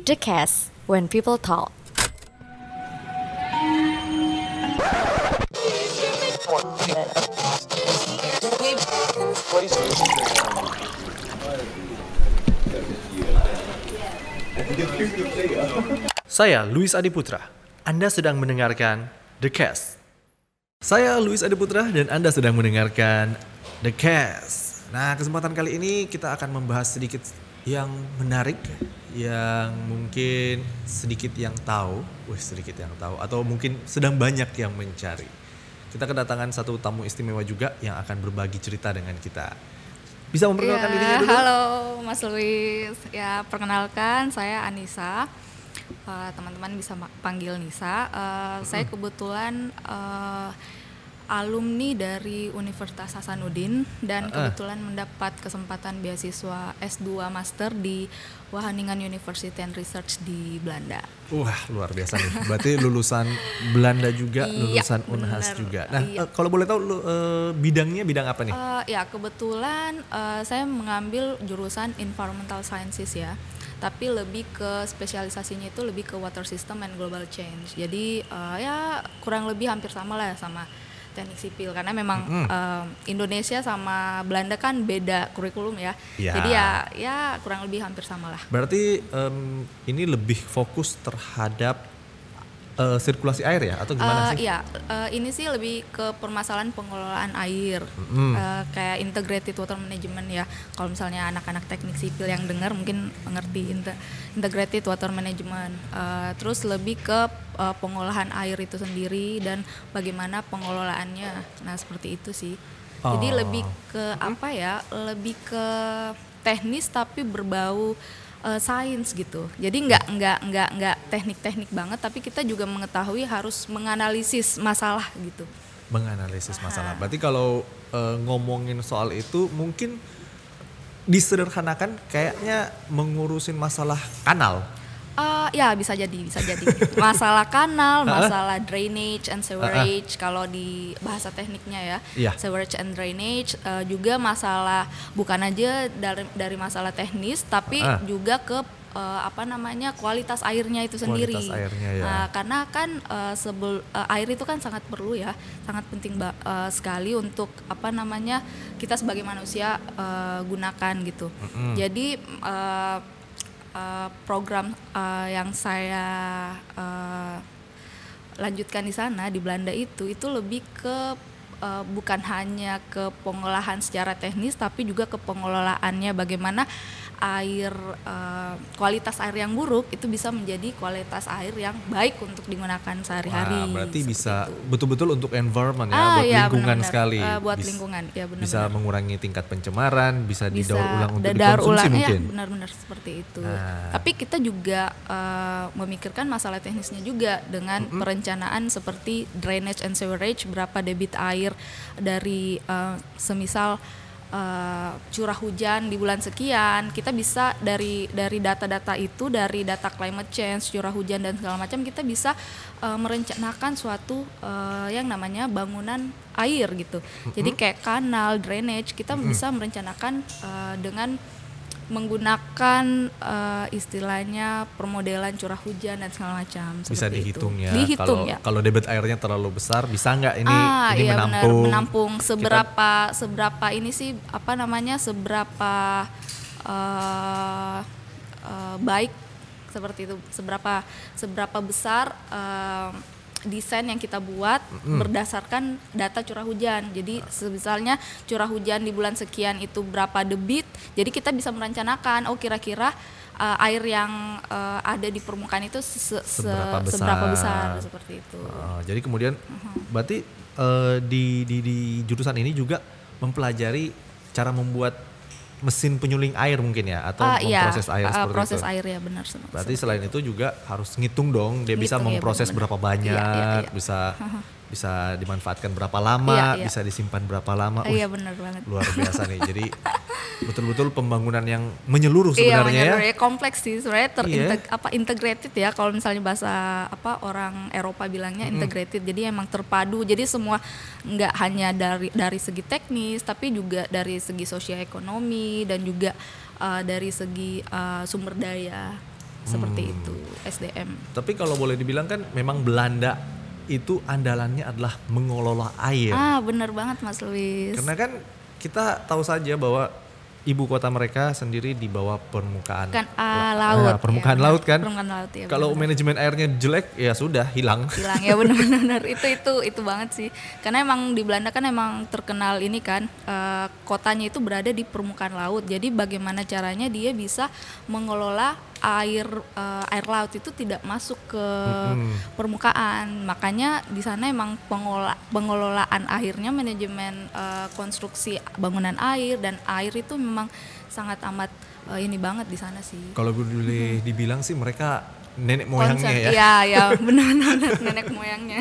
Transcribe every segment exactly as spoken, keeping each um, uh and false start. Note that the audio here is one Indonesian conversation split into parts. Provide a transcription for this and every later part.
The Cast, when people talk. Saya Luis Adiputra. Anda sedang mendengarkan The Cast. Saya Luis Adiputra dan Anda sedang mendengarkan The Cast. Nah, kesempatan kali ini kita akan membahas sedikit yang menarik, yang mungkin sedikit yang tahu, wih sedikit yang tahu, atau mungkin sedang banyak yang mencari. Kita kedatangan satu tamu istimewa juga yang akan berbagi cerita dengan kita. Bisa memperkenalkan ya, dirinya dulu? Halo Mas Luis, ya perkenalkan saya Anissa. Uh, teman-teman bisa panggil Nisa. Uh, mm-hmm. Saya kebetulan uh, alumni dari Universitas Hasanuddin dan uh. kebetulan mendapat kesempatan beasiswa S dua Master di Wageningen University and Research di Belanda. Wah, luar biasa nih. Berarti lulusan Belanda juga, lulusan iya, Unhas bener, juga. Nah, iya. uh, kalau boleh tahu uh, bidangnya bidang apa nih? Uh, ya, kebetulan uh, saya mengambil jurusan Environmental Sciences ya. Tapi lebih ke spesialisasinya itu lebih ke water system and global change. Jadi uh, ya kurang lebih hampir sama lah sama teknik sipil karena memang mm-hmm. uh, Indonesia sama Belanda kan beda kurikulum ya. ya. Jadi ya ya kurang lebih hampir sama lah. Berarti um, ini lebih fokus terhadap uh, sirkulasi air ya atau gimana uh, sih? Iya, uh, ini sih lebih ke permasalahan pengelolaan air, mm-hmm. uh, kayak integrated water management ya. Kalau misalnya anak-anak teknik sipil yang dengar mungkin mengerti integrated water management. Uh, terus lebih ke uh, pengolahan air itu sendiri dan bagaimana pengelolaannya. Nah seperti itu sih. Oh. Jadi lebih ke apa ya? Lebih ke teknis tapi berbau Uh, sains gitu. Jadi nggak nggak nggak nggak teknik-teknik banget, tapi kita juga mengetahui harus menganalisis masalah gitu. Menganalisis masalah. Berarti kalau uh, ngomongin soal itu mungkin disederhanakan kayaknya mengurusin masalah kanal. Uh, ya bisa jadi, bisa jadi. Masalah kanal, masalah drainage and sewerage kalau di bahasa tekniknya ya. Yeah. Sewerage and drainage uh, juga masalah bukan aja dari dari masalah teknis tapi uh. juga ke uh, apa namanya kualitas airnya itu sendiri. Kualitas airnya ya. Uh, karena kan uh, sebel uh, air itu kan sangat perlu ya, sangat penting uh, sekali untuk apa namanya kita sebagai manusia uh, gunakan gitu. Mm-hmm. Jadi uh, Uh, program uh, yang saya uh, lanjutkan di sana di Belanda itu itu lebih ke uh, bukan hanya ke pengolahan secara teknis tapi juga ke pengelolaannya bagaimana air uh, kualitas air yang buruk itu bisa menjadi kualitas air yang baik untuk digunakan sehari-hari. Wah, berarti bisa itu. Betul-betul untuk environment ya, ah, buat ya, lingkungan benar-benar. sekali. Uh, buat Bis, lingkungan, ya benar. Bisa mengurangi tingkat pencemaran, bisa, bisa didaur ulang untuk didaur dikonsumsi ulang, mungkin. Ya, benar-benar seperti itu. Nah. Tapi kita juga uh, memikirkan masalah teknisnya juga dengan mm-hmm. perencanaan seperti drainage and sewerage, berapa debit air dari uh, semisal Uh, curah hujan di bulan sekian, kita bisa dari dari data-data itu, dari data climate change, curah hujan dan segala macam, kita bisa uh, merencanakan suatu uh, yang namanya bangunan air gitu. Mm-hmm. Jadi kayak kanal, drainage, kita mm-hmm. bisa merencanakan uh, dengan menggunakan uh, istilahnya permodelan curah hujan dan segala macam. Bisa dihitung itu. ya. Dihitung kalau, ya. Kalau debit airnya terlalu besar, bisa nggak ini ah, ini iya, menampung? Benar, menampung seberapa kita... seberapa ini sih apa namanya seberapa uh, uh, baik seperti itu, seberapa seberapa besar. Uh, desain yang kita buat mm. berdasarkan data curah hujan. Jadi misalnya curah hujan di bulan sekian itu berapa debit, jadi kita bisa merencanakan oh kira-kira uh, air yang uh, ada di permukaan itu se- seberapa, besar. seberapa besar seperti itu. Uh, jadi kemudian uh-huh. berarti uh, di, di di jurusan ini juga mempelajari cara membuat mesin penyuling air mungkin ya atau uh, memproses iya, air uh, seperti proses itu. air ya benar. Berarti selain itu juga harus ngitung dong, dia ngitung, bisa memproses ya, berapa banyak, iya, iya, iya. bisa bisa dimanfaatkan berapa lama, iya, iya. bisa disimpan berapa lama. Iya benar banget. Luar biasa nih. Jadi betul-betul pembangunan yang menyeluruh sebenarnya iya, ya. Iya, kompleks sih sebenarnya terinteg iya. apa integrated ya kalau misalnya bahasa apa orang Eropa bilangnya mm-hmm. integrated. Jadi emang terpadu. Jadi semua nggak hanya dari dari segi teknis tapi juga dari segi sosial ekonomi dan juga uh, dari segi uh, sumber daya. seperti itu S D M. Tapi kalau boleh dibilang kan memang Belanda itu andalannya adalah mengelola air. Ah, benar banget Mas Luis. Karena kan kita tahu saja bahwa ibu kota mereka sendiri di bawah permukaan kan ah, laut. Nah, permukaan ya, laut kan. Permukaan laut ya. Kalau manajemen airnya jelek ya sudah hilang. Hilang ya benar-benar itu itu itu banget sih. Karena emang di Belanda kan emang terkenal ini kan uh, kotanya itu berada di permukaan laut. Jadi bagaimana caranya dia bisa mengelola air uh, air laut itu tidak masuk ke mm-hmm. permukaan. Makanya di sana emang pengelola, pengelolaan airnya, manajemen uh, konstruksi bangunan air dan air itu memang sangat amat uh, ini banget di sana sih. Kalau boleh hmm. dibilang sih mereka nenek moyangnya Konsep, ya. Iya, ya benar-benar nenek moyangnya.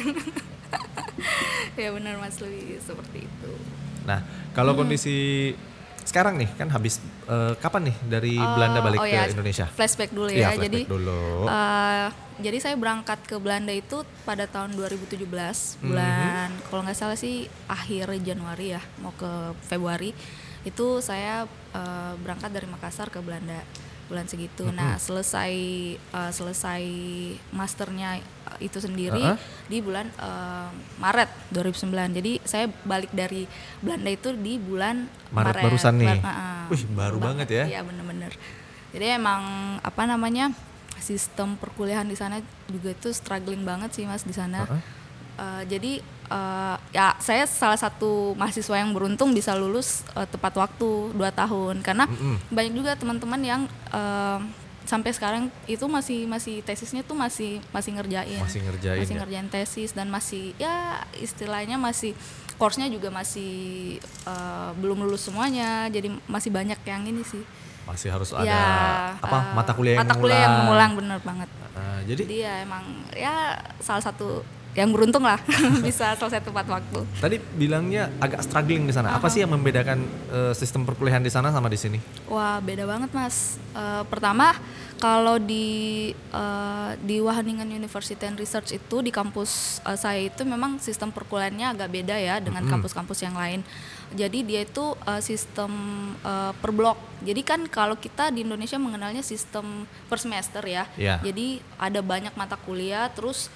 Ya benar Mas Luis, seperti itu. Nah, kalau hmm. kondisi sekarang nih kan habis uh, kapan nih dari uh, Belanda balik oh ke ya, Indonesia? Flashback dulu ya. ya. Flashback jadi dulu. Uh, jadi saya berangkat ke Belanda itu pada tahun dua ribu tujuh belas bulan mm-hmm. kalau nggak salah sih akhir Januari ya, mau ke Februari. Itu saya uh, berangkat dari Makassar ke Belanda bulan segitu. Mm-hmm. Nah, selesai uh, selesai masternya itu sendiri uh-huh. di bulan uh, Maret dua ribu sembilan. Jadi saya balik dari Belanda itu di bulan Maret, Maret barusan nih. Maret, uh, Wih, baru banget, banget ya. Iya, bener-bener. Jadi emang apa namanya? Sistem perkuliahan di sana juga itu struggling banget sih Mas di sana. Uh-huh. Uh, jadi uh, ya saya salah satu mahasiswa yang beruntung bisa lulus uh, tepat waktu dua tahun karena mm-hmm. banyak juga teman-teman yang uh, sampai sekarang itu masih masih tesisnya tuh masih masih ngerjain masih ngerjain masih ya? ngerjain tesis dan masih ya istilahnya masih course-nya juga masih uh, belum lulus semuanya, jadi masih banyak yang ini sih masih harus ya, ada apa uh, mata kuliah yang mata mengulang. kuliah yang mengulang bener banget. Uh, jadi jadi ya emang ya salah satu yang beruntung lah bisa selesai tepat waktu. Tadi bilangnya agak struggling di sana. Uh-huh. Apa sih yang membedakan uh, sistem perkuliahan di sana sama di sini? Wah, beda banget Mas. Uh, pertama, kalau di uh, di Wageningen University and Research itu di kampus uh, saya itu memang sistem perkuliahannya agak beda ya dengan mm-hmm. kampus-kampus yang lain. Jadi dia itu uh, sistem uh, per blok. Jadi kan kalau kita di Indonesia mengenalnya sistem per semester ya. Yeah. Jadi ada banyak mata kuliah terus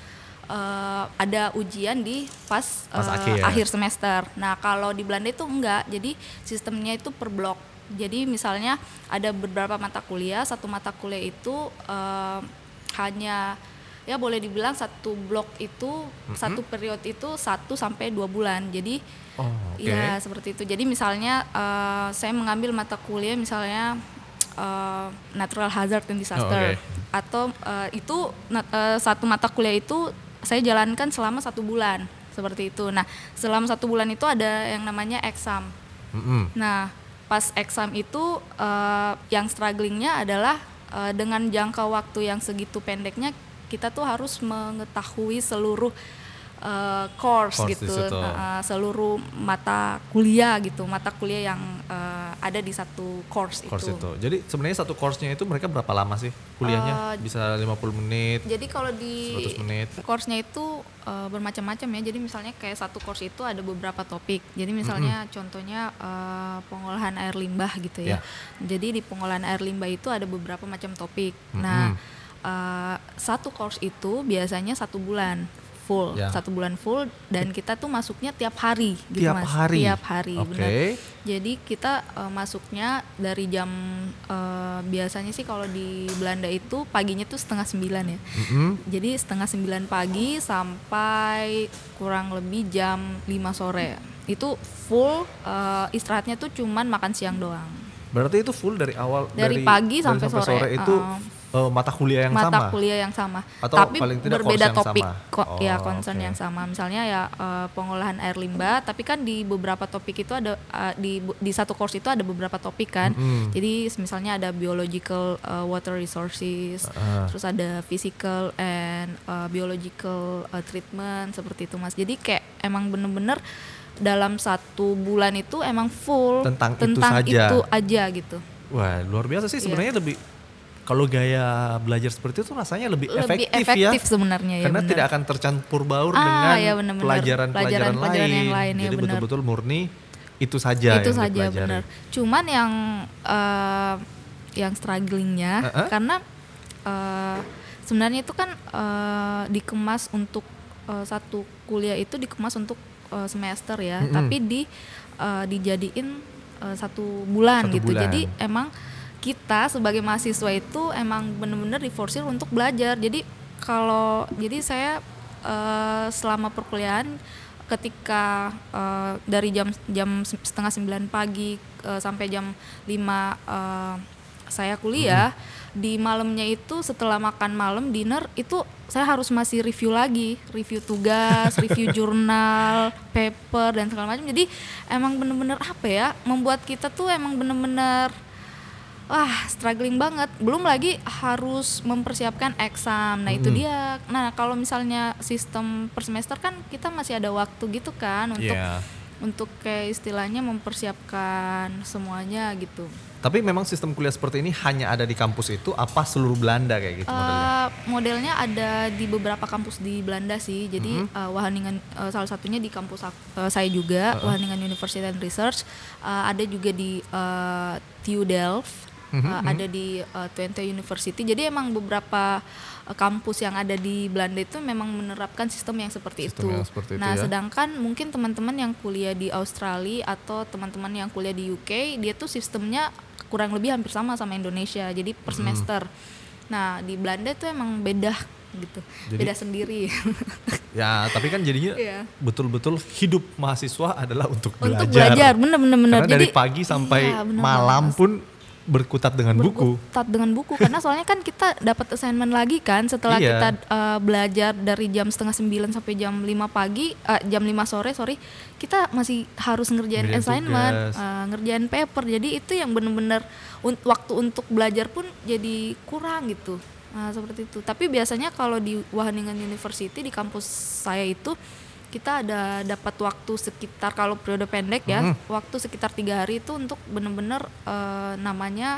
Uh, ada ujian di pas, pas uh, akhir. akhir semester. Nah kalau di Belanda itu enggak, jadi sistemnya itu per blok. Jadi misalnya ada beberapa mata kuliah, satu mata kuliah itu uh, hanya ya boleh dibilang satu blok itu mm-hmm. satu periode itu satu sampai dua bulan. Jadi oh, okay. ya seperti itu. Jadi misalnya uh, saya mengambil mata kuliah misalnya uh, natural hazard and disaster oh, okay. atau uh, itu uh, satu mata kuliah itu saya jalankan selama satu bulan seperti itu. Nah, selama satu bulan itu ada yang namanya exam. Mm-hmm. Nah, pas exam itu uh, yang strugglingnya adalah uh, dengan jangka waktu yang segitu pendeknya kita tuh harus mengetahui seluruh uh, course, course gitu, uh, seluruh mata kuliah gitu, mata kuliah yang uh, ada di satu course, course itu. itu. Jadi sebenarnya satu course-nya itu mereka berapa lama sih kuliahnya? Uh, Bisa lima puluh menit? Jadi kalau di seratus menit. Course-nya itu uh, bermacam-macam ya. Jadi misalnya kayak satu course itu ada beberapa topik. Jadi misalnya mm-hmm. contohnya uh, pengolahan air limbah gitu ya. Yeah. Jadi di pengolahan air limbah itu ada beberapa macam topik. Mm-hmm. Nah, uh, satu course itu biasanya satu bulan. Full, ya. satu bulan full dan kita tuh masuknya tiap hari gitu tiap Mas. Hari? Tiap hari, okay. benar. Jadi kita uh, masuknya dari jam uh, biasanya sih kalau di Belanda itu paginya tuh setengah sembilan ya. Mm-hmm. Jadi setengah sembilan pagi sampai kurang lebih jam lima sore. Itu full uh, istirahatnya tuh cuman makan siang doang. Berarti itu full dari awal dari, dari pagi sampai, dari sampai sore. sore itu uh, Uh, mata kuliah yang mata sama? Mata kuliah yang sama. Atau tapi paling tidak berbeda yang topik. Sama? Ko- oh, ya concern okay. yang sama. Misalnya ya uh, pengolahan air limbah, tapi kan di beberapa topik itu ada uh, di di satu course itu ada beberapa topik kan. Mm-hmm. Jadi misalnya ada biological uh, water resources, uh. terus ada physical and uh, biological uh, treatment seperti itu Mas. Jadi kayak emang bener-bener dalam satu bulan itu emang full tentang, tentang itu saja. itu aja gitu. Wah, luar biasa sih sebenarnya. Yeah. Lebih kalau gaya belajar seperti itu rasanya lebih, lebih efektif, efektif ya. sebenarnya ya. Karena bener. tidak akan tercampur baur ah, dengan ya bener-bener. pelajaran-pelajaran pelajaran lain. yang lain. Jadi ya betul-betul murni itu saja itu yang saja dipelajari. benar. Cuman yang uh, yang strugglingnya uh-huh. karena uh, sebenarnya itu kan uh, dikemas untuk uh, satu kuliah itu dikemas untuk uh, semester ya, mm-hmm. tapi di uh, dijadiin uh, satu bulan satu gitu. Bulan. Jadi emang kita sebagai mahasiswa itu emang benar-benar diforsir untuk belajar. Jadi kalau jadi saya uh, selama perkuliahan ketika uh, dari jam jam setengah sembilan pagi uh, sampai jam lima uh, saya kuliah, hmm. di malamnya itu setelah makan malam dinner itu saya harus masih review lagi, review tugas, review jurnal, paper dan segala macam. Jadi emang bener-bener apa ya, membuat kita tuh emang bener-bener wah struggling banget. Belum lagi harus mempersiapkan exam. Nah, hmm. itu dia. Nah, kalau misalnya sistem per semester kan kita masih ada waktu gitu kan untuk yeah. untuk kayak istilahnya mempersiapkan semuanya gitu. Tapi memang sistem kuliah seperti ini hanya ada di kampus itu apa seluruh Belanda kayak gitu uh, modelnya? Modelnya ada di beberapa kampus di Belanda sih. Jadi mm-hmm. uh, Wageningen uh, salah satunya di kampus uh, saya juga, uh-uh. Wageningen University and Research. Uh, ada juga di uh, T U Delft, mm-hmm. uh, ada di uh, Twente University. Jadi emang beberapa uh, kampus yang ada di Belanda itu memang menerapkan sistem yang seperti sistem itu. Yang seperti nah, itu ya? Sedangkan mungkin teman-teman yang kuliah di Australia atau teman-teman yang kuliah di U K, dia tuh sistemnya kurang lebih hampir sama sama Indonesia, jadi per semester. Hmm. Nah di Belanda tuh emang beda gitu, jadi, beda sendiri. Ya tapi kan jadinya yeah. betul-betul hidup mahasiswa adalah untuk, untuk belajar. belajar, bener-bener. Karena jadi, dari pagi sampai iya, malam pun berkutat dengan buku. Berkutat dengan buku karena soalnya kan kita dapat assignment lagi kan setelah iya. kita uh, belajar dari jam setengah sembilan sampai jam lima pagi, uh, jam lima sore sorry, kita masih harus ngerjain Ngerjain assignment, uh, ngerjain paper. Jadi itu yang benar-benar un- waktu untuk belajar pun jadi kurang gitu. Nah, seperti itu. Tapi biasanya kalau di Wageningen University di kampus saya itu kita ada dapat waktu sekitar kalau periode pendek ya, hmm. waktu sekitar tiga hari itu untuk benar-benar uh, namanya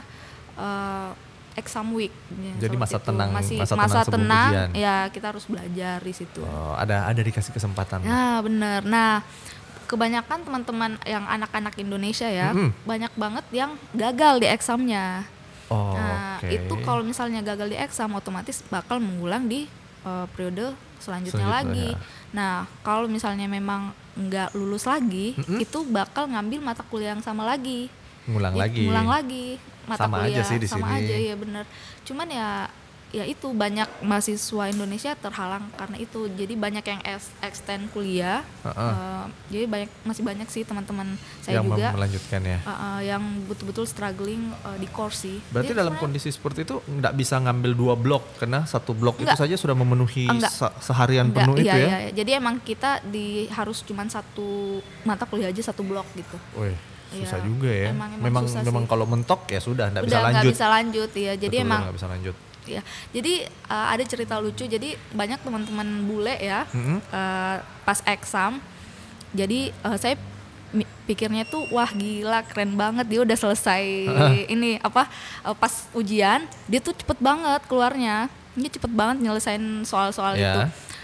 uh, exam week. Jadi masa itu. tenang, Masih, masa, masa tenang, tenang ya kita harus belajar di situ. Oh, ada ada dikasih kesempatan. Nah benar. Nah kebanyakan teman-teman yang anak-anak Indonesia ya, hmm. banyak banget yang gagal di examnya. Oh, nah okay. itu kalau misalnya gagal di exam otomatis bakal mengulang di uh, periode selanjutnya, selanjutnya lagi. Ya. Nah, kalau misalnya memang nggak lulus lagi, mm-hmm. itu bakal ngambil mata kuliah yang sama lagi. Ngulang ya, lagi. Ngulang lagi mata sama kuliah aja sih di sama sini. aja ya benar. Cuman ya ya itu banyak mahasiswa Indonesia terhalang karena itu. Jadi banyak yang extend kuliah. Uh-uh. Uh, jadi banyak masih banyak sih teman-teman saya yang juga melanjutkan ya. Uh, uh, yang betul-betul struggling uh, di course sih. Berarti jadi, dalam kondisi seperti itu nggak bisa ngambil dua blok karena satu blok enggak. Itu saja sudah memenuhi se- seharian enggak, penuh iya, itu ya. Iya, iya. Jadi emang kita di harus cuman satu mata kuliah aja satu blok gitu. Wih. Susah ya, juga ya. Emang, emang, memang susah memang kalau mentok ya sudah nggak bisa lanjut. Udah nggak bisa lanjut ya. Jadi Betul, emang nggak bisa lanjut. Ya, jadi uh, ada cerita lucu. Jadi banyak teman-teman bule ya mm-hmm. uh, pas exam. Jadi uh, saya mi- pikirnya tuh wah gila keren banget dia udah selesai ini apa uh, pas ujian dia tuh cepet banget keluarnya. Dia cepet banget nyelesain soal-soal yeah. itu.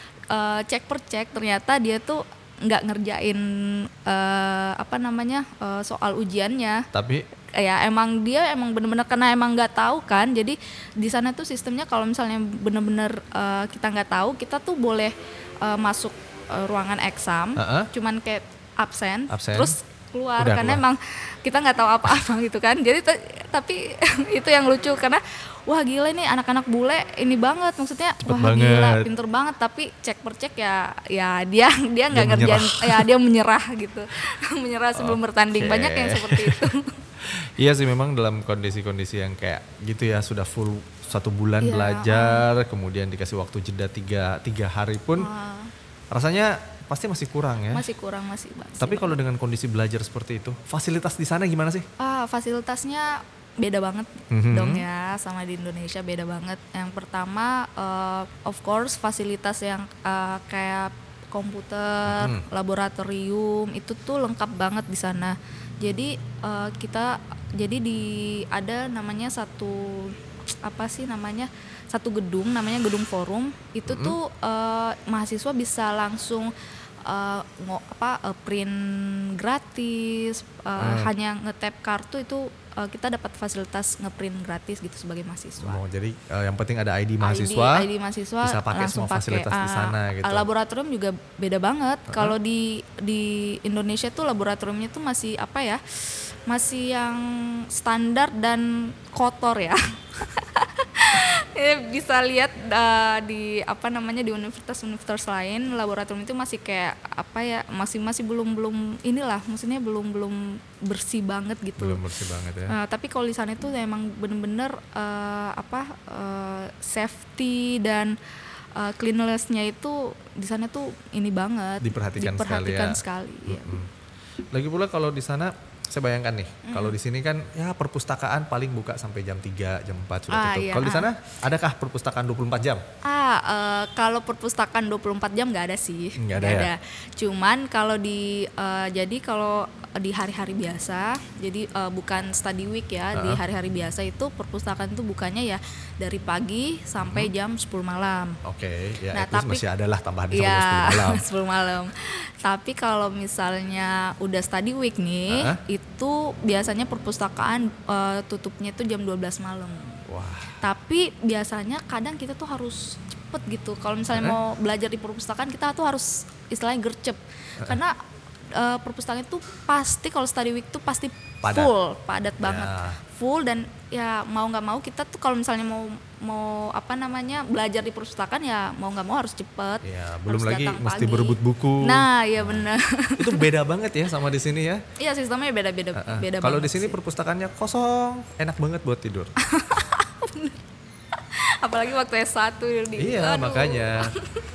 Uh, cek per cek ternyata dia tuh nggak ngerjain uh, apa namanya uh, soal ujiannya. Tapi ya emang dia emang benar-benar karena emang nggak tahu kan. Jadi di sana tuh sistemnya kalau misalnya benar-benar uh, kita nggak tahu kita tuh boleh uh, masuk uh, ruangan exam, uh-uh. cuman kayak absen, absen. Terus keluar Udah karena keluar. Emang kita nggak tahu apa-apa gitu kan. Jadi t- tapi itu yang lucu karena wah gila nih anak-anak bule ini banget maksudnya Cepet wah banget. Gila pinter banget tapi cek per cek ya ya dia dia nggak ngerjain ya dia menyerah gitu menyerah sebelum okay. bertanding banyak yang seperti itu. Iya sih memang dalam kondisi-kondisi yang kayak gitu ya sudah full satu bulan yeah, belajar uh. kemudian dikasih waktu jeda tiga tiga hari pun uh. rasanya pasti masih kurang ya. Masih kurang masih. masih Tapi kalau dengan kondisi belajar seperti itu fasilitas di sana gimana sih? Ah fasilitasnya beda banget mm-hmm. dong ya sama di Indonesia beda banget. Yang pertama uh, of course fasilitas yang uh, kayak komputer, mm-hmm. laboratorium itu tuh lengkap banget di sana. Jadi uh, kita jadi di ada namanya satu apa sih namanya satu gedung namanya gedung forum itu mm-hmm. tuh uh, mahasiswa bisa langsung uh, ngo, apa uh, print gratis uh, mm. hanya nge-tap kartu itu uh, kita dapat fasilitas ngeprint gratis gitu sebagai mahasiswa. Oh, jadi uh, yang penting ada I D mahasiswa, I D, I D mahasiswa bisa pakai semua fasilitas pake, di sana uh, gitu. Laboratorium juga beda banget. Uh-huh. Kalau di di Indonesia tuh laboratoriumnya tuh masih apa ya? Masih yang standar dan kotor ya. Bisa lihat uh, di apa namanya di universitas-universitas lain laboratorium itu masih kayak apa ya masih masih belum belum inilah maksudnya belum belum bersih banget gitu. Belum bersih banget ya. Uh, tapi kalau di sana itu emang bener-bener uh, apa uh, safety dan uh, cleanliness-nya itu di sana tuh ini banget. Diperhatikan, diperhatikan sekali. sekali ya. Mm-hmm. Lagi pula kalau di sana saya bayangkan nih, mm. kalau di sini kan ya perpustakaan paling buka sampai jam tiga, jam empat sudah ah, tutup. Iya, kalau di ah. sana adakah perpustakaan dua puluh empat jam? Ah, uh, kalau perpustakaan dua puluh empat jam nggak ada sih. Nggak ada, nggak ya? ada. Cuman kalau di uh, jadi kalau di hari-hari biasa, jadi uh, bukan study week ya, uh-huh. di hari-hari biasa itu perpustakaan itu bukannya ya dari pagi sampai hmm. jam sepuluh malam. Oke, okay. ya nah, tapi masih adalah tambahan sampai ya, jam sepuluh malam. sepuluh malam. Tapi kalau misalnya udah study week nih, uh-huh. itu biasanya perpustakaan uh, tutupnya itu jam dua belas malam. Wah. Tapi biasanya kadang kita tuh harus cepet gitu. Kalau misalnya uh-huh. mau belajar di perpustakaan kita tuh harus istilahnya gercep. Uh-huh. Karena uh, perpustakaan itu pasti kalau study week tuh pasti padat. full, padat banget. Yeah. Full dan ya mau nggak mau kita tuh kalau misalnya mau mau apa namanya belajar di perpustakaan ya mau nggak mau harus cepet. Ya, belum harus lagi mesti pagi. berebut buku. Nah, iya benar. Itu beda banget ya sama di sini ya. Iya, sistemnya beda-beda uh-uh. beda Kalau di sini sih. perpustakaannya kosong, enak banget buat tidur. Apalagi waktu S satu di Iya, aduh. makanya.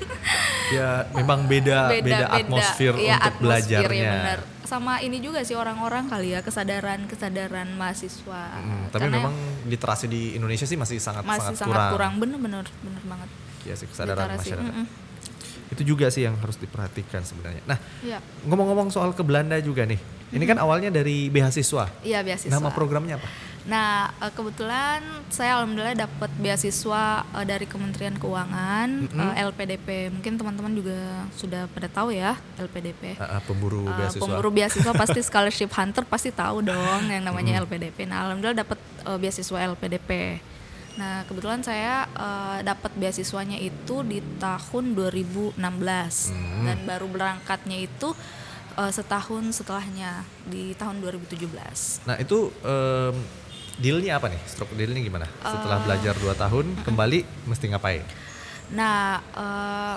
Ya, memang beda beda, beda atmosfer ya, untuk atmosfer, belajarnya. Ya benar. Sama ini juga sih orang-orang kali ya kesadaran-kesadaran mahasiswa. Hmm, tapi karena memang literasi di Indonesia sih masih sangat masih sangat, sangat kurang. kurang, bener-bener bener banget. Iya sih kesadaran literasi. masyarakat. Mm-mm. Itu juga sih yang harus diperhatikan sebenarnya. Nah, ya. ngomong-ngomong soal ke Belanda juga nih. Ini kan awalnya dari beasiswa. Iya, beasiswa. Nama programnya apa? Nah, kebetulan saya alhamdulillah dapat beasiswa dari Kementerian Keuangan, mm-hmm. L P D P. Mungkin teman-teman juga sudah pada tahu ya L P D P. Uh, uh, pemburu uh, beasiswa. Pemburu beasiswa pasti scholarship hunter pasti tahu dong yang namanya mm-hmm. L P D P. Nah, alhamdulillah dapat uh, beasiswa L P D P. Nah, kebetulan saya uh, dapat beasiswanya itu di tahun dua ribu enam belas mm-hmm. dan baru berangkatnya itu uh, setahun setelahnya di tahun dua ribu tujuh belas. Nah, itu um, dealnya apa nih? Stroke dealnya gimana? Setelah uh, belajar dua tahun uh, kembali mesti ngapain? Nah, uh,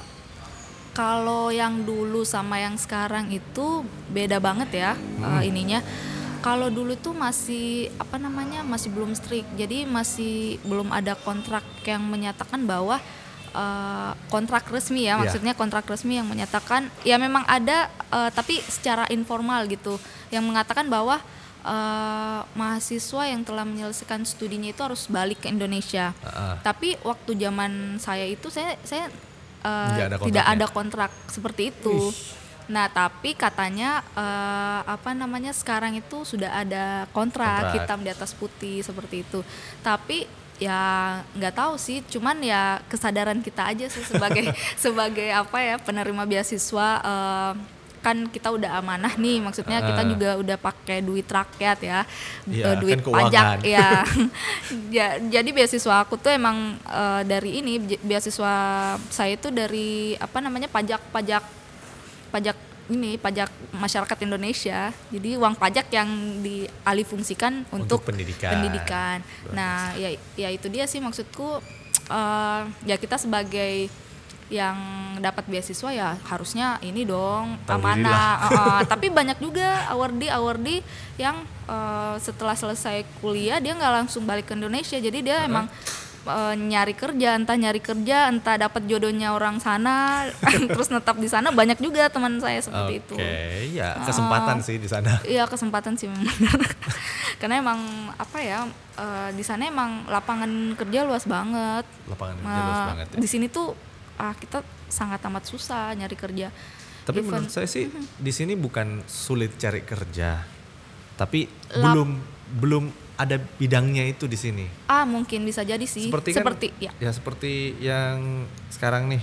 kalau yang dulu sama yang sekarang itu beda banget ya hmm. uh, ininya. Kalau dulu tuh masih apa namanya masih belum strict, jadi masih belum ada kontrak yang menyatakan bahwa uh, kontrak resmi ya, maksudnya kontrak resmi yang menyatakan ya memang ada, uh, tapi secara informal gitu, yang mengatakan bahwa uh, mahasiswa yang telah menyelesaikan studinya itu harus balik ke Indonesia. Uh-uh. Tapi waktu zaman saya itu saya saya uh, ada tidak ada kontrak seperti itu. Ish. Nah, tapi katanya uh, apa namanya sekarang itu sudah ada kontrak, kontrak hitam di atas putih seperti itu. Tapi ya nggak tahu sih, cuman ya kesadaran kita aja sih sebagai sebagai apa ya penerima beasiswa, uh, kan kita udah amanah nih, maksudnya uh. kita juga udah pakai duit rakyat ya, ya uh, duit kan pajak ya. ya. Jadi beasiswa aku tuh emang uh, dari ini beasiswa saya itu dari apa namanya pajak-pajak pajak ini pajak masyarakat Indonesia, jadi uang pajak yang dialihfungsikan untuk, untuk pendidikan. pendidikan. Nah, ya, ya itu dia sih maksudku, uh, ya kita sebagai yang dapat beasiswa ya harusnya ini dong amanah. Uh, tapi banyak juga awardee awardee yang uh, setelah selesai kuliah dia nggak langsung balik ke Indonesia, jadi dia uh-huh. emang Uh, nyari kerja, entah nyari kerja, entah dapat jodohnya orang sana, terus netap di sana. Banyak juga teman saya seperti okay, itu. Oke, ya kesempatan uh, sih di sana. Iya kesempatan sih memang. Karena emang apa ya, uh, di sana emang lapangan kerja luas banget. Lapangan kerja uh, luas banget. Ya. Di sini tuh ah, kita sangat amat susah nyari kerja. Tapi Even, menurut saya sih uh-huh. di sini bukan sulit cari kerja, tapi Lap- belum belum ada bidangnya itu di sini. Ah, mungkin bisa jadi sih. Seperti, seperti kan, ya. ya seperti yang sekarang nih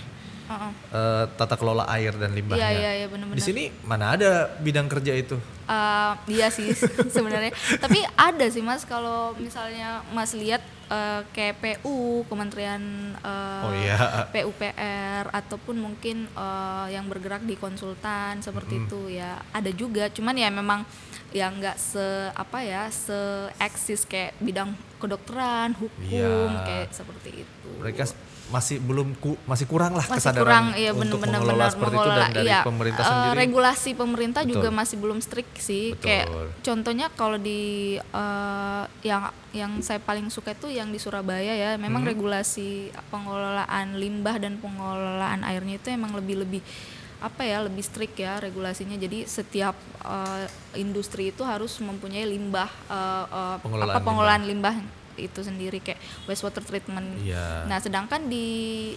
Uh-uh. uh, tata kelola air dan limbahnya. Iya, iya, iya, benar-benar. Di sini mana ada bidang kerja itu? Uh, iya sih sebenarnya. Tapi ada sih Mas, kalau misalnya Mas lihat uh, kayak P U, Kementerian uh, Oh iya. P U P R, ataupun mungkin uh, yang bergerak di konsultan seperti Mm-hmm. itu ya ada juga. Cuman ya memang yang nggak se apa ya se eksis kayak bidang kedokteran, hukum Iya. kayak seperti itu. Mereka masih belum ku, masih kurang lah Masih kesadaran kurang, iya, untuk benar-benar mengelola seperti itu dan dari iya. pemerintah Eh, sendiri. Regulasi pemerintah Betul. juga masih belum strict sih. Betul. Kayak contohnya kalau di eh, yang yang saya paling suka itu yang di Surabaya ya, memang Hmm. regulasi pengelolaan limbah dan pengelolaan airnya itu emang lebih-lebih apa ya, lebih strict ya regulasinya. Jadi setiap eh, industri itu harus mempunyai limbah eh, eh, Pengelolaan apa pengelolaan limbah itu sendiri kayak wastewater treatment. Iya. Nah, sedangkan di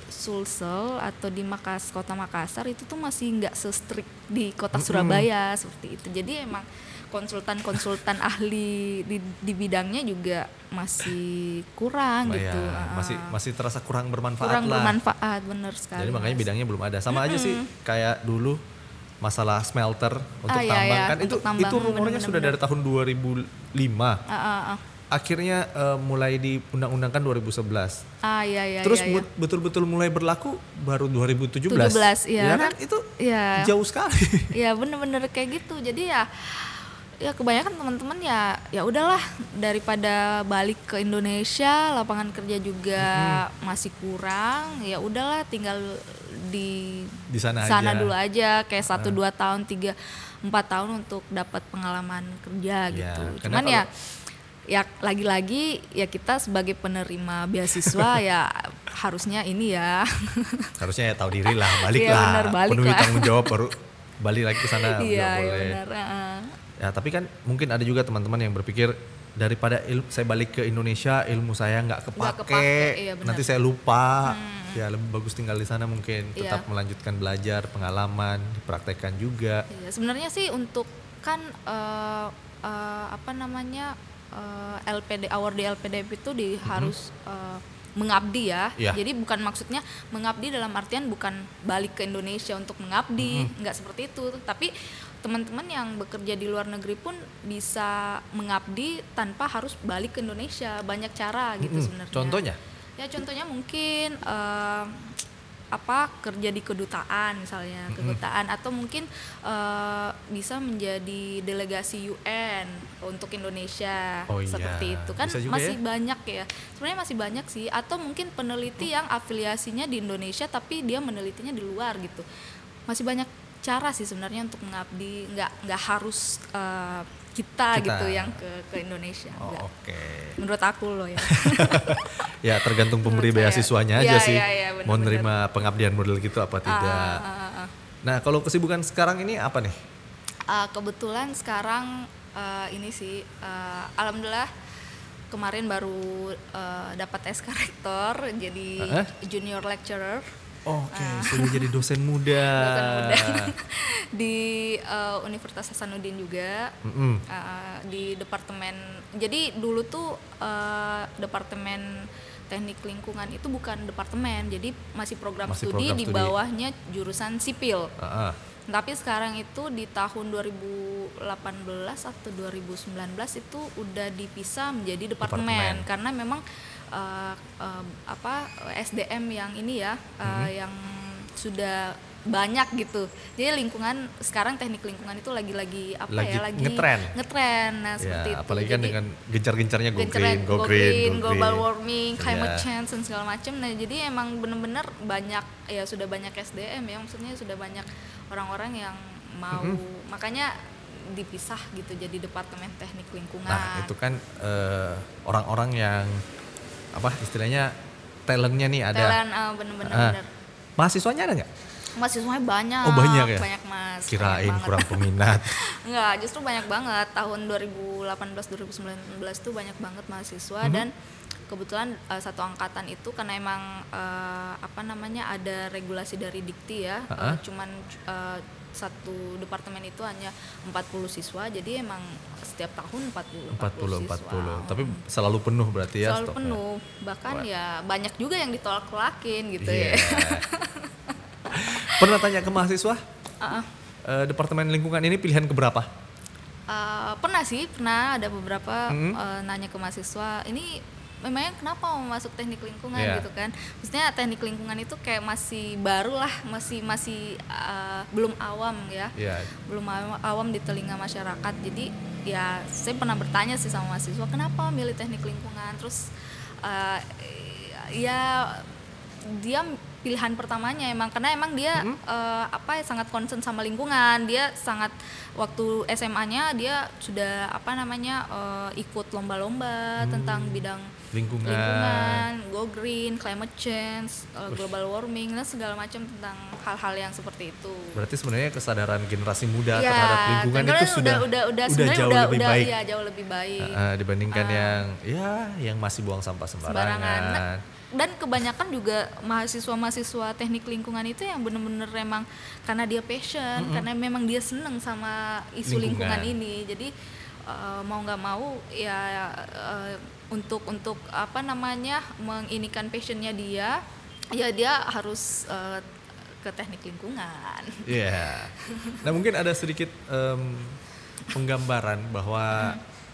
Sulsel atau di Makas, Kota Makassar itu tuh masih nggak se-strict di Kota Surabaya seperti itu. Jadi emang konsultan-konsultan ahli di, di bidangnya juga masih kurang Nah, gitu. ya, Ah, masih masih terasa kurang bermanfaat kurang lah. bermanfaat, bener sekali. Jadi makanya Mas. bidangnya belum ada. Sama aja sih kayak dulu masalah smelter untuk Ah, iya, tambang iya, kan itu untuk tambang, itu rumornya bener-bener. sudah dari tahun dua ribu lima. Ah, ah, ah. Akhirnya eh, mulai diundang-undangkan dua ribu sebelas. Ah, iya, iya, Terus iya, iya. but- betul-betul mulai berlaku baru dua ribu tujuh belas. tujuh belas, iya. Ya kan itu Iya. jauh sekali. Ya bener-bener kayak gitu. Jadi ya ya kebanyakan teman-teman ya ya udahlah, daripada balik ke Indonesia lapangan kerja juga masih kurang, ya udahlah tinggal di Di sana aja. dulu aja kayak satu dua tahun tiga empat tahun untuk dapat pengalaman kerja Ya, gitu. karena Cuman ya kalau- ya lagi-lagi ya kita sebagai penerima beasiswa ya harusnya ini ya Harusnya ya tahu diri lah, balik Iya, lah, benar, balik penuhi lah. tanggung jawab baru balik lagi ke sana. iya nggak iya boleh. benar. ah. Ya tapi kan mungkin ada juga teman-teman yang berpikir daripada il- saya balik ke Indonesia ilmu saya nggak kepake, kepake, iya benar. nanti saya lupa. Ya lebih bagus tinggal di sana mungkin Iya. tetap melanjutkan belajar, pengalaman, dipraktekkan juga. Iya, sebenarnya sih untuk kan eh, eh, apa namanya eh, L P D award di L P D P itu di harus eh, mengabdi ya. Iya. Jadi bukan maksudnya mengabdi dalam artian bukan balik ke Indonesia untuk mengabdi, nggak seperti itu. Tapi teman-teman yang bekerja di luar negeri pun bisa mengabdi tanpa harus balik ke Indonesia. Banyak cara gitu Mm-mm. sebenarnya. Contohnya? Ya contohnya mungkin eh, apa kerja di kedutaan misalnya, kedutaan atau mungkin eh, bisa menjadi delegasi U N untuk Indonesia. Oh iya, seperti itu kan bisa juga masih ya. banyak ya. Sebenarnya masih banyak sih, atau mungkin peneliti yang afiliasinya di Indonesia tapi dia menelitinya di luar gitu. Masih banyak cara sih sebenarnya untuk mengabdi, nggak nggak harus eh, kita, Kita. gitu yang ke ke Indonesia. Oh, Nggak. oke. Menurut aku loh ya. Ya tergantung pemberi Menurut saya. beasiswanya Iya, aja sih. iya, iya, benar, Mau benar. nerima pengabdian model gitu apa tidak. Ah, ah, ah, ah. Nah kalau kesibukan sekarang ini apa nih? Uh, kebetulan sekarang uh, ini sih uh, alhamdulillah kemarin baru uh, dapat S K rektor jadi Uh-huh. junior lecturer Oke, sudah jadi dosen muda. dosen muda di uh, Universitas Hasanuddin juga. Mm-mm. Uh, di departemen, jadi dulu tuh uh, departemen teknik lingkungan itu bukan departemen, jadi masih program Masih studi program di studi. bawahnya jurusan sipil. Ah, ah. Tapi sekarang itu di tahun dua ribu delapan belas atau dua ribu sembilan belas itu udah dipisah menjadi departemen, Departemen. karena memang uh, uh, apa S D M yang ini ya uh, yang sudah banyak gitu. Jadi lingkungan sekarang teknik lingkungan itu lagi-lagi apa Lagi ya lagi ngetren. ngetren. Nah, Ya, seperti itu. apalagi kan Jadi, dengan gencar-gencarnya go genceran, green, go green, go global green. warming, climate Iya. change dan segala macam. Nah, jadi emang bener-bener banyak ya sudah banyak S D M ya, maksudnya sudah banyak orang-orang yang mau makanya dipisah gitu jadi departemen teknik lingkungan. Nah itu kan eh, orang-orang yang apa istilahnya talentnya nih ada. Talent, ah, bener-bener Ah. bener. Mahasiswanya ada nggak? Mahasiswanya banyak. Oh, banyak ya? Banyak Mas. Kirain banyak banget. kurang peminat. Enggak, justru banyak banget. Tahun dua ribu delapan belas dua ribu sembilan belas tuh banyak banget mahasiswa dan kebetulan uh, satu angkatan itu karena emang uh, apa namanya ada regulasi dari Dikti ya. uh, Ha-ha. cuman uh, satu departemen itu hanya empat puluh siswa. Jadi emang setiap tahun empat puluh empat puluh empat siswa. puluh. Tapi selalu penuh berarti ya Selalu stoknya. penuh. Bahkan Wah. ya banyak juga yang ditolak-tolakin gitu Iya. ya. Pernah tanya ke mahasiswa? Uh-uh. Uh, Departemen lingkungan ini pilihan keberapa? Uh, pernah sih, pernah ada beberapa Hmm. uh, nanya ke mahasiswa, ini memangnya kenapa mau masuk teknik lingkungan Yeah. gitu kan? Maksudnya teknik lingkungan itu kayak masih baru lah, masih masih uh, belum awam ya, Iya. belum awam, awam di telinga masyarakat. Jadi ya saya pernah bertanya sih sama mahasiswa, kenapa milih teknik lingkungan? Terus uh, ya dia pilihan pertamanya emang karena emang dia Mm-hmm. uh, apa ya sangat concern sama lingkungan. Dia sangat waktu S M A-nya dia sudah apa namanya uh, ikut lomba-lomba Hmm. tentang bidang Lingkungan. lingkungan, go green, climate change, uh, Ush. global warming dan segala macam tentang hal-hal yang seperti itu. Berarti sebenarnya kesadaran generasi muda Ya, terhadap lingkungan karena itu udah sudah udah udah sebenarnya jauh udah lebih udah baik iya, jauh lebih baik. uh, dibandingkan Uh, yang ya yang masih buang sampah sembarangan. sembarangan. Nah, dan kebanyakan juga mahasiswa-mahasiswa teknik lingkungan itu yang benar-benar memang karena dia passion, Mm-mm. karena memang dia seneng sama isu lingkungan, Lingkungan. ini. Jadi uh, mau nggak mau ya uh, untuk untuk apa namanya menginikan passionnya dia, ya dia harus uh, ke teknik lingkungan. Iya. Nah mungkin ada sedikit em, penggambaran bahwa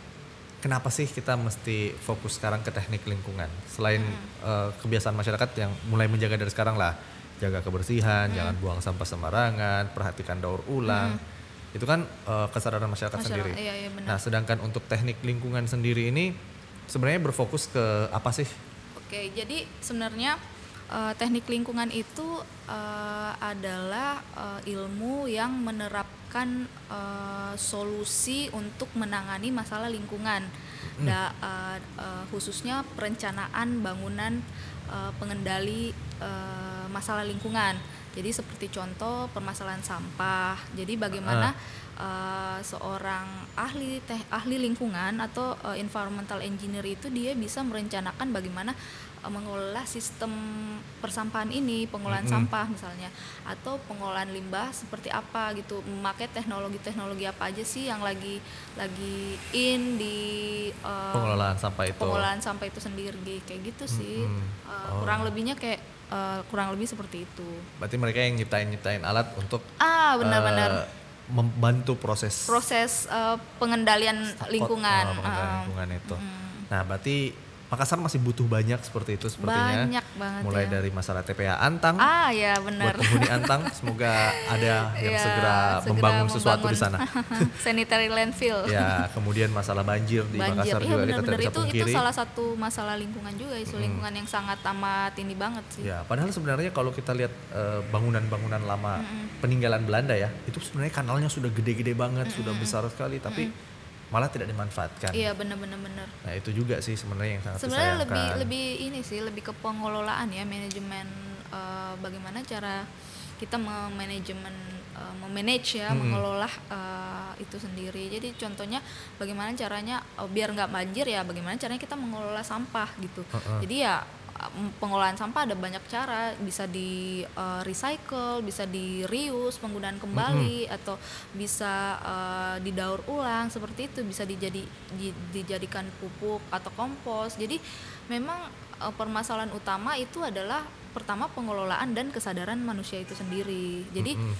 kenapa sih kita mesti fokus sekarang ke teknik lingkungan selain eh, kebiasaan masyarakat yang mulai menjaga dari sekarang lah, jaga kebersihan, jangan buang sampah sembarangan, perhatikan daur ulang, itu kan eh, kesadaran masyarakat, Masyarakat, sendiri. iya, iya, benar. Nah sedangkan untuk teknik lingkungan sendiri ini sebenarnya berfokus ke apa sih? Oke, jadi sebenarnya uh, teknik lingkungan itu uh, adalah uh, ilmu yang menerapkan uh, solusi untuk menangani masalah lingkungan, da, uh, uh, khususnya perencanaan bangunan uh, pengendali uh, masalah lingkungan. Jadi seperti contoh permasalahan sampah. Jadi bagaimana uh, seorang ahli teh, ahli lingkungan atau uh, environmental engineer itu dia bisa merencanakan bagaimana uh, mengelola sistem persampahan ini, pengolahan Mm-mm. sampah misalnya, atau pengolahan limbah seperti apa gitu, memakai teknologi-teknologi apa aja sih yang lagi lagi in di uh, Pengelolaan sampah itu. pengolahan sampah itu sendiri kayak gitu sih. Mm-mm. Uh, Oh. kurang lebihnya kayak uh, kurang lebih seperti itu. Berarti mereka yang nyiptain-nyiptain alat untuk Ah, benar-benar eh, membantu proses proses uh, pengendalian lingkungan. Oh, pengendalian Ah, lingkungan itu. mm. Nah, berarti Makassar masih butuh banyak seperti itu sepertinya. Banyak banget Mulai ya. dari masalah T P A Antang. Ah, ya Buat benar. penghuni Antang, semoga ada yang Ya, segera, membangun sesuatu di sana. Sanitary landfill. Ya, kemudian masalah banjir di Banjir, Makassar iya juga kita benar-benar tidak bisa itu itu pungkiri. salah satu masalah lingkungan juga, isu Mm. lingkungan yang sangat amat ini banget sih. Ya, padahal sebenarnya kalau kita lihat eh, bangunan-bangunan lama peninggalan Belanda ya, itu sebenarnya kanalnya sudah gede-gede banget, sudah besar sekali, tapi malah tidak dimanfaatkan. Iya, benar-benar benar. Nah, itu juga sih sebenarnya yang sangat Sebenarnya disayangkan. lebih lebih ini sih, lebih ke pengelolaan ya, manajemen eh, bagaimana cara kita memanajemen eh, memanage ya, Mm-mm. mengelola eh, itu sendiri. Jadi contohnya bagaimana caranya eh, biar nggak banjir ya, bagaimana caranya kita mengelola sampah gitu. Uh-uh. Jadi ya eh, pengolahan sampah ada banyak cara, bisa di eh, recycle, bisa di reuse, penggunaan kembali, atau bisa eh, didaur ulang seperti itu, bisa dijadi di- dijadikan pupuk atau kompos. Jadi memang eh, permasalahan utama itu adalah pertama pengelolaan dan kesadaran manusia itu sendiri. Jadi Mm-mm.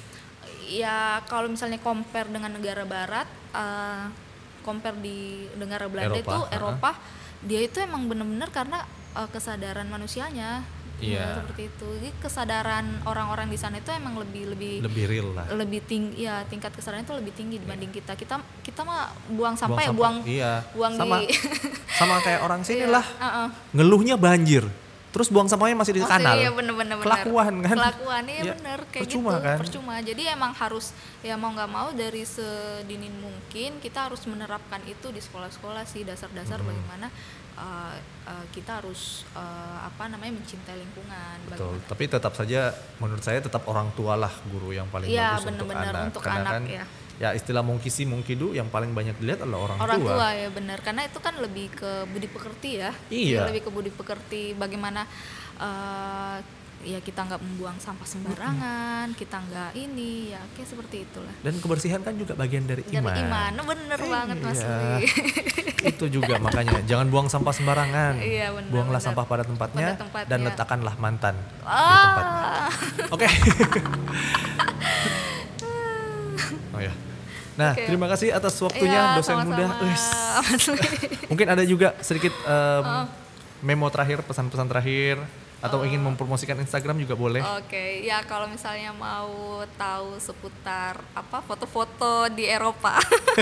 ya kalau misalnya compare dengan negara barat, eh, compare di negara Belanda Eropa, itu ha-ha. Eropa, dia itu emang benar-benar karena eh, kesadaran manusianya. Iya. Ya, seperti itu. Jadi kesadaran orang-orang di sana itu emang lebih lebih Lebih real lah. lebih tinggi ya, tingkat kesadaran itu lebih tinggi dibanding kita. Kita kita mah buang sampah ya sampah. buang Iya. buang sama, di sama kayak orang sini Iya, lah. uh-uh. Ngeluhnya banjir. Terus buang sampahnya masih di Masih, kanal. iya bener-bener bener. Kelakuan kan? Kelakuan iya Ya, bener kayak percuma gitu. kan? Percuma. Jadi emang harus ya mau nggak mau dari sedini mungkin kita harus menerapkan itu di sekolah-sekolah sih, dasar-dasar Hmm. bagaimana uh, uh, kita harus uh, apa namanya mencintai lingkungan. Betul. Bagaimana- Tapi tetap saja menurut saya tetap orang tua lah guru yang paling Iya, bagus untuk bener-bener anak. untuk Karena anak, kan ya. ya istilah mongki si mongki du yang paling banyak dilihat adalah orang, orang tua. tua ya benar, karena itu kan lebih ke budi pekerti ya. Iya. Lebih ke budi pekerti bagaimana uh, ya kita nggak membuang sampah sembarangan, hmm. kita nggak ini, ya kayak seperti itulah. Dan kebersihan kan juga bagian dari, dari iman. iman, bener eh, banget Mas iya. Louis. Itu juga makanya jangan buang sampah sembarangan. Iya, bener, Buanglah bener. sampah pada tempatnya, pada tempatnya dan letakkanlah mantan ah. di tempatnya. Oke. Okay. Oh ya. Nah, okay. terima kasih atas waktunya ya, dosen sama-sama. muda. Mungkin ada juga sedikit um, oh. memo terakhir, pesan-pesan terakhir. Atau oh. ingin mempromosikan Instagram juga boleh. Oke, okay. ya kalau misalnya mau tahu seputar apa foto-foto di Eropa,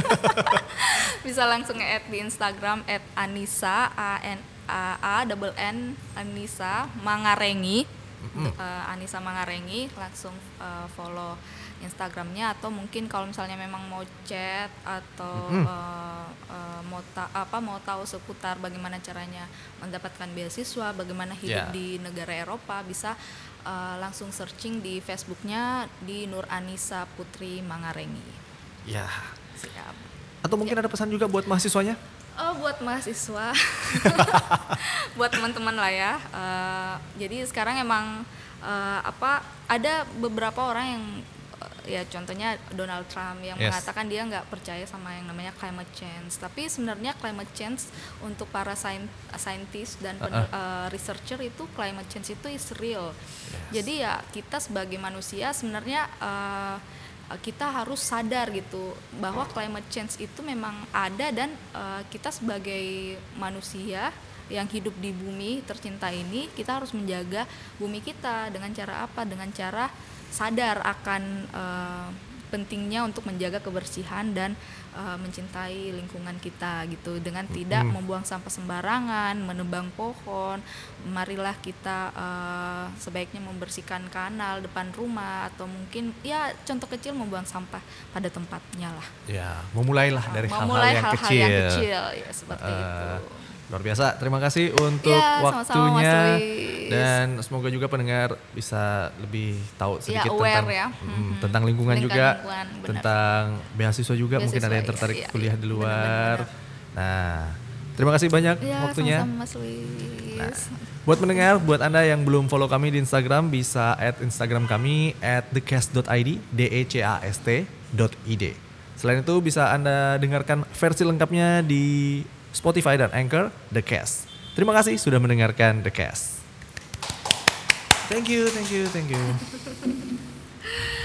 bisa langsung nge-add di Instagram at Anissa A N A A double N Anissa Mangarengi, mm-hmm. uh, Anissa Mangarengi, langsung uh, follow Instagramnya, atau mungkin kalau misalnya memang mau chat atau mm-hmm. uh, uh, mau ta- apa mau tahu seputar bagaimana caranya mendapatkan beasiswa, bagaimana hidup yeah. di negara Eropa, bisa uh, langsung searching di Facebooknya di Nur Anissa Putri Mangarengi. Ya. Siap. Atau mungkin ya. ada pesan juga buat mahasiswanya? Oh, buat mahasiswa, buat teman-teman lah ya. Uh, jadi sekarang emang uh, apa ada beberapa orang yang ya contohnya Donald Trump yang yes. mengatakan dia nggak percaya sama yang namanya climate change, tapi sebenarnya climate change untuk para saintis dan uh-uh. uh, researcher itu climate change itu is real. Yes. Jadi ya kita sebagai manusia sebenarnya uh, kita harus sadar gitu bahwa climate change itu memang ada, dan uh, kita sebagai manusia yang hidup di bumi tercinta ini, kita harus menjaga bumi kita dengan cara apa? Dengan cara sadar akan uh, pentingnya untuk menjaga kebersihan dan uh, mencintai lingkungan kita gitu, dengan tidak mm. membuang sampah sembarangan, menebang pohon. Marilah kita uh, sebaiknya membersihkan kanal depan rumah, atau mungkin ya contoh kecil membuang sampah pada tempatnya lah. Ya, memulailah dari uh, memulai hal-hal yang hal-hal kecil. yang kecil ya seperti uh, itu. Luar biasa, terima kasih untuk ya, waktunya, dan semoga juga pendengar bisa lebih tahu sedikit ya, aware, tentang ya. mm, tentang lingkungan Lingkungan, juga, lingkungan, tentang beasiswa juga, beasiswa, mungkin ada yang tertarik iya, kuliah iya, di luar. Benar-benar. Nah, terima kasih banyak ya, waktunya. Sama-sama, Mas Louis. Nah, buat pendengar, buat Anda yang belum follow kami di Instagram, bisa add Instagram kami at thecast dot i d, d e c a s t dot i d. Selain itu bisa Anda dengarkan versi lengkapnya di Spotify dan Anchor, The Cast. Terima kasih sudah mendengarkan The Cast. Thank you, thank you, thank you.